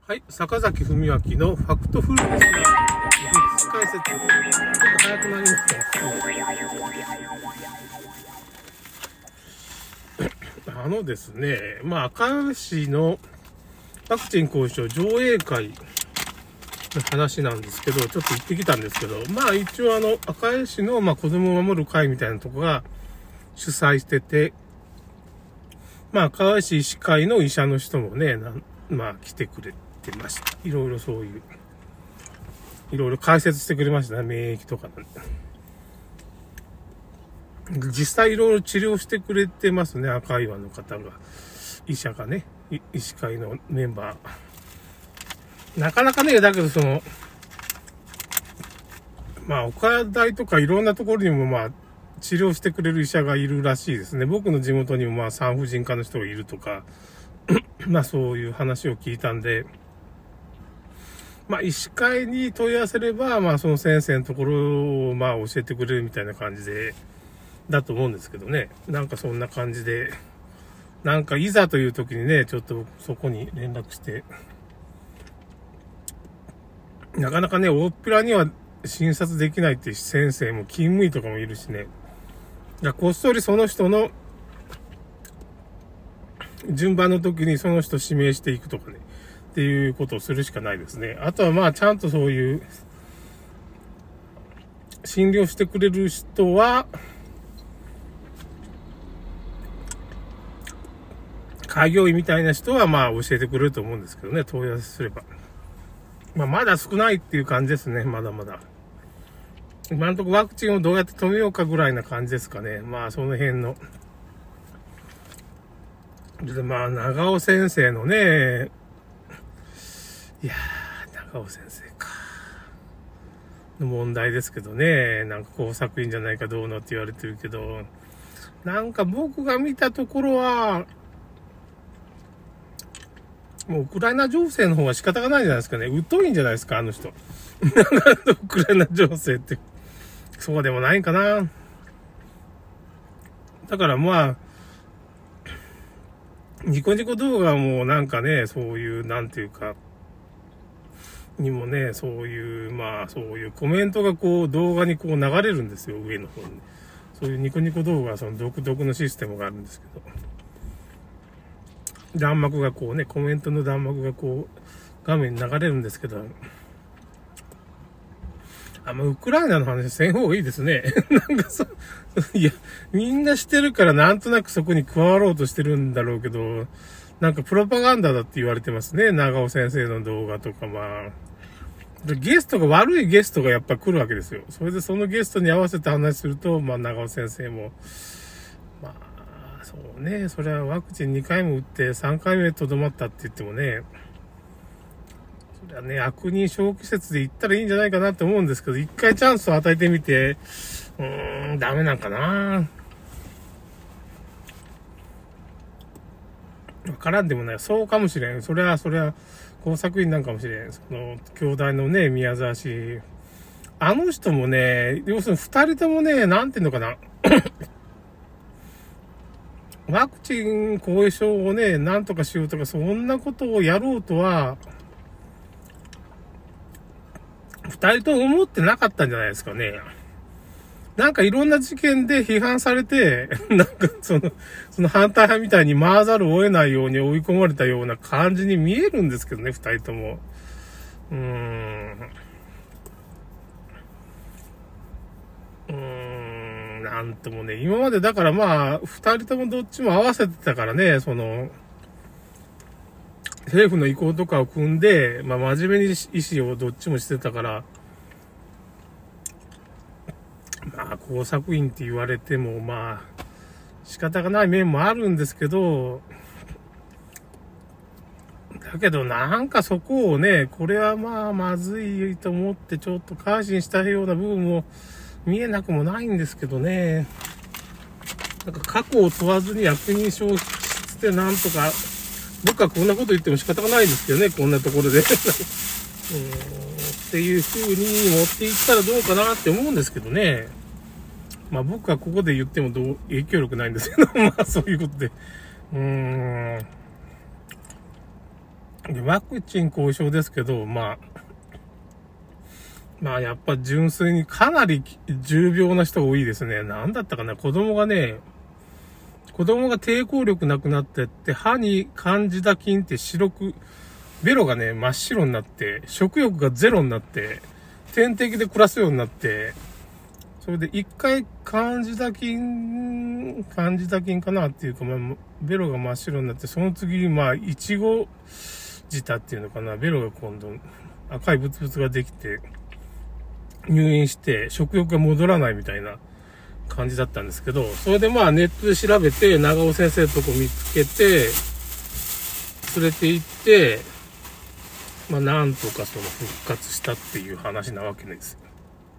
はい、坂崎文明のファクトフルネスな技術解説。ちょっと早くなりますね。ですね、赤石のワクチン後遺症上映会の話なんですけど、ちょっと行ってきたんですけど、一応赤石の子供を守る会みたいなとこが主催してて、赤石医師会の医者の人もね、来てくれてました。いろいろ解説してくれましたね、免疫とか、実際いろいろ治療してくれてますね、赤岩の方が。医者がね、医師会のメンバー。なかなかね、だけど岡大とかいろんなところにも治療してくれる医者がいるらしいですね。僕の地元にも産婦人科の人がいるとか、そういう話を聞いたんで、医師会に問い合わせれば、その先生のところを教えてくれるみたいな感じで、だと思うんですけどね。そんな感じで、いざという時にね、ちょっとそこに連絡して、なかなかね、大っぴらには診察できないっていう先生も勤務医とかもいるしね。こっそりその人の順番の時にその人指名していくとかね。っていうことをするしかないですね。あとはちゃんとそういう診療してくれる人は、開業医みたいな人は教えてくれると思うんですけどね、問い合わせすれば。まだ少ないっていう感じですね、まだまだ。今のところワクチンをどうやって止めようかぐらいな感じですかね。その辺の。で、長尾先生のね、いやー、長尾先生か。の問題ですけどね。工作員じゃないかどうのって言われてるけど、僕が見たところは、もうウクライナ情勢の方が仕方がないじゃないですかね。疎いんじゃないですか、あの人。ウクライナ情勢って。そうでもないんかな。だからニコニコ動画もそういう、にもね、そういうコメントが動画に流れるんですよ、上の方に。そういうニコニコ動画は独特のシステムがあるんですけど。弾幕がコメントの弾幕が画面に流れるんですけど、ウクライナの話せん方がいいですね。いや、みんなしてるからなんとなくそこに加わろうとしてるんだろうけど、プロパガンダだって言われてますね。長尾先生の動画とかゲストが悪いゲストがやっぱ来るわけですよ。それでそのゲストに合わせて話すると、長尾先生も、そうね、それはワクチン2回も打って3回目とどまったって言ってもね、それはね、悪人小季節で言ったらいいんじゃないかなって思うんですけど、一回チャンスを与えてみて、ダメなんかな。わからんでもない。そうかもしれん。それは、工作員なんかもしれん。兄弟のね、宮沢氏。あの人もね、要するに二人ともね、なんていうのかな。ワクチン後遺症をね、なんとかしようとか、そんなことをやろうとは、二人とも思ってなかったんじゃないですかね。いろんな事件で批判されて、その反対派みたいに回ざるを得ないように追い込まれたような感じに見えるんですけどね、二人とも。なんともね、今までだから二人ともどっちも合わせてたからね、政府の意向とかを組んで、真面目に意思をどっちもしてたから、工作員って言われても、仕方がない面もあるんですけど、だけどそこをね、これはまずいと思ってちょっと改心したような部分も見えなくもないんですけどね。過去を問わずに役人消してなんとか、僕はこんなこと言っても仕方がないですけどね、こんなところで。っていう風に持っていったらどうかなって思うんですけどね。僕はここで言っても影響力ないんですけど、そういうことで。 でワクチン後遺症ですけど、まあやっぱ純粋にかなり重病な人が多いですね。なんだったかな、子供が抵抗力なくなってって、歯にカンジダ菌ってベロがね、真っ白になって、食欲がゼロになって、点滴で暮らすようになって、それで一回カンジダ菌かなっていうか、ベロが真っ白になって、その次、イチゴ舌っていうのかな、ベロが今度赤いブツブツができて、入院して食欲が戻らないみたいな感じだったんですけど、それでネットで調べて、長尾先生のとこ見つけて、連れて行って、なんとかその復活したっていう話なわけです。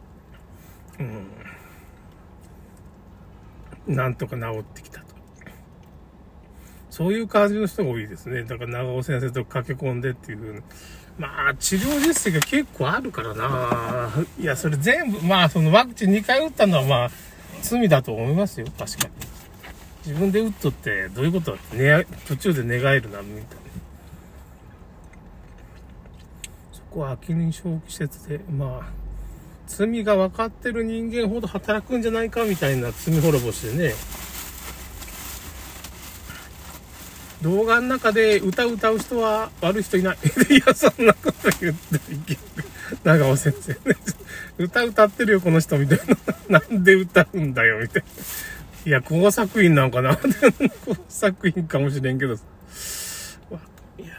なんとか治ってきたと。そういう感じの人が多いですね。だから長尾先生と駆け込んでっていう風に。治療実績が結構あるからな。いや、それ全部、そのワクチン2回打ったのは罪だと思いますよ。確かに。自分で打っとってどういうことだって、途中で寝返るな、みたいな。そこは秋認証施設で、罪が分かってる人間ほど働くんじゃないかみたいな罪滅ぼしでね、動画の中で歌う人は悪い人いない。いや、そんなこと言っていけない。長尾先生ね。歌ってるよ、この人、みたいな。なんで歌うんだよ、みたいな。いや、工作員なんかな。工作員かもしれんけど。いや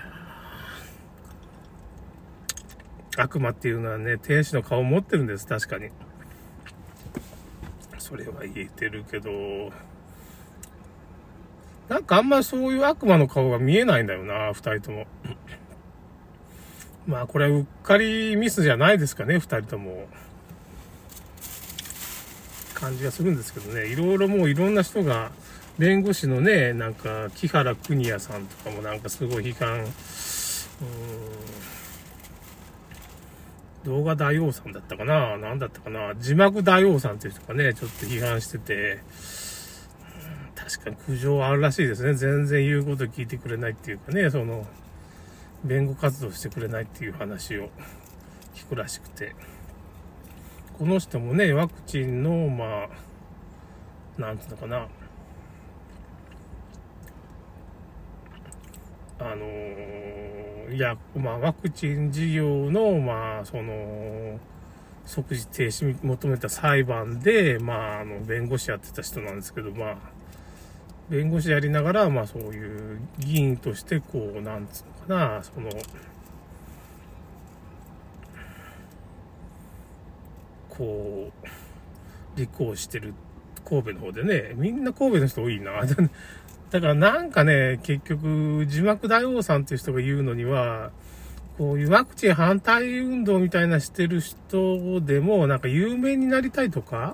悪魔っていうのはね、天使の顔を持ってるんです、確かに。それは言えてるけど、なんかあんまそういう悪魔の顔が見えないんだよな、二人とも。これはうっかりミスじゃないですかね、二人とも。感じがするんですけどね。いろいろもういろんな人が、弁護士のね、なんか、木原邦也さんとかもなんかすごい批判、動画大王さんだったかな、なんだったかな、字幕大王さんっていう人がね、ちょっと批判してて、確かに苦情あるらしいですね。全然言うこと聞いてくれないっていうかね、弁護活動してくれないっていう話を聞くらしくて。この人もね、ワクチンの、なんていうのかな、ワクチン事業の、即時停止求めた裁判で、弁護士やってた人なんですけど、弁護士やりながら、そういう議員として、なんつうのかな、立候補してる神戸の方でね、みんな神戸の人多いな。だからなんかね、結局、字幕大王さんっていう人が言うのには、こういうワクチン反対運動みたいなしてる人でも、なんか有名になりたいとか、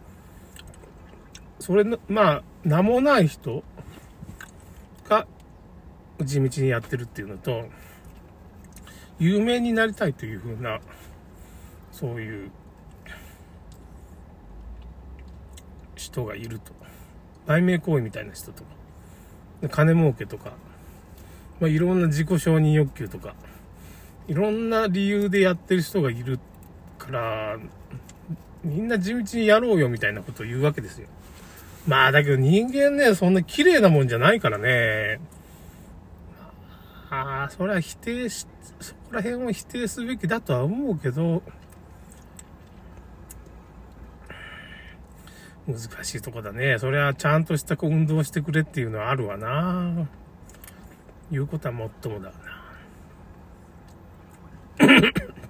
それの、名もない人が地道にやってるっていうのと、有名になりたいというふうな、そういう人がいると。売名行為みたいな人とか、金儲けとか、いろんな自己承認欲求とか、いろんな理由でやってる人がいるから、みんな地道にやろうよみたいなことを言うわけですよ。だけど人間ね、そんな綺麗なもんじゃないからね。それはそこら辺を否定すべきだとは思うけど、難しいとこだね。それはちゃんとした運動してくれっていうのはあるわな。言うことはもっともだわな。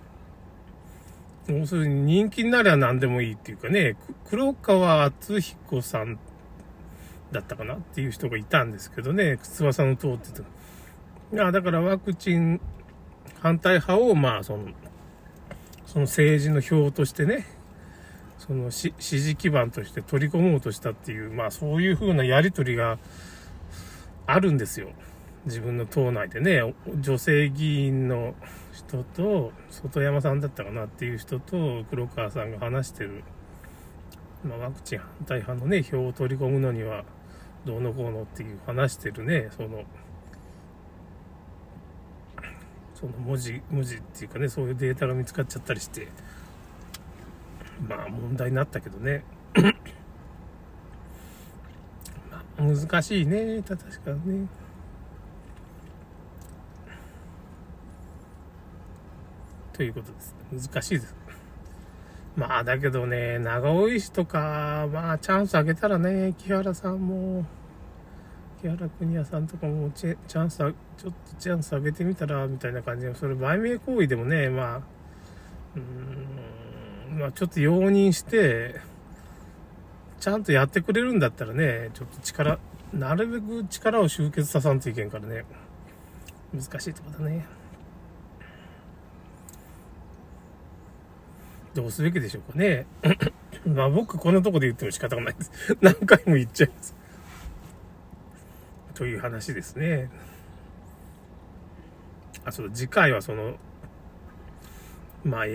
要するに人気になりゃ何でもいいっていうかね、黒川敦彦さんだったかなっていう人がいたんですけどね、翼の通ってた。だからワクチン反対派を、その政治の票としてね、支持基盤として取り込もうとしたっていう、そういう風なやりとりがあるんですよ。自分の党内でね、女性議員の人と、外山さんだったかなっていう人と、黒川さんが話してる、ワクチン反対派のね、票を取り込むのには、どうのこうのっていう話してるね、 その文字っていうかね、そういうデータが見つかっちゃったりして、まあ問題になったけどね。まあ、難しいね、確かにね。ということです。難しいです。まあだけどね、長尾医師とか、まあチャンスあげたらね、木原さんも、木原邦也さんとかもちょっとチャンスあげてみたら、みたいな感じで、それ売名行為でもね、まあちょっと容認して、ちゃんとやってくれるんだったらね、ちょっとなるべく力を集結ささんといけんからね、難しいとこだね。どうすべきでしょうかね。まあ僕こんなとこで言っても仕方がないです。何回も言っちゃいます。という話ですね。次回はまあ、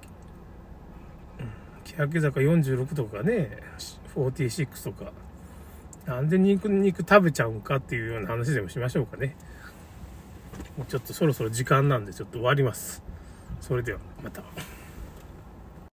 欅坂46とかね、46とか、なんで肉食べちゃうんかっていうような話でもしましょうかね。もうちょっとそろそろ時間なんでちょっと終わります。それではまた。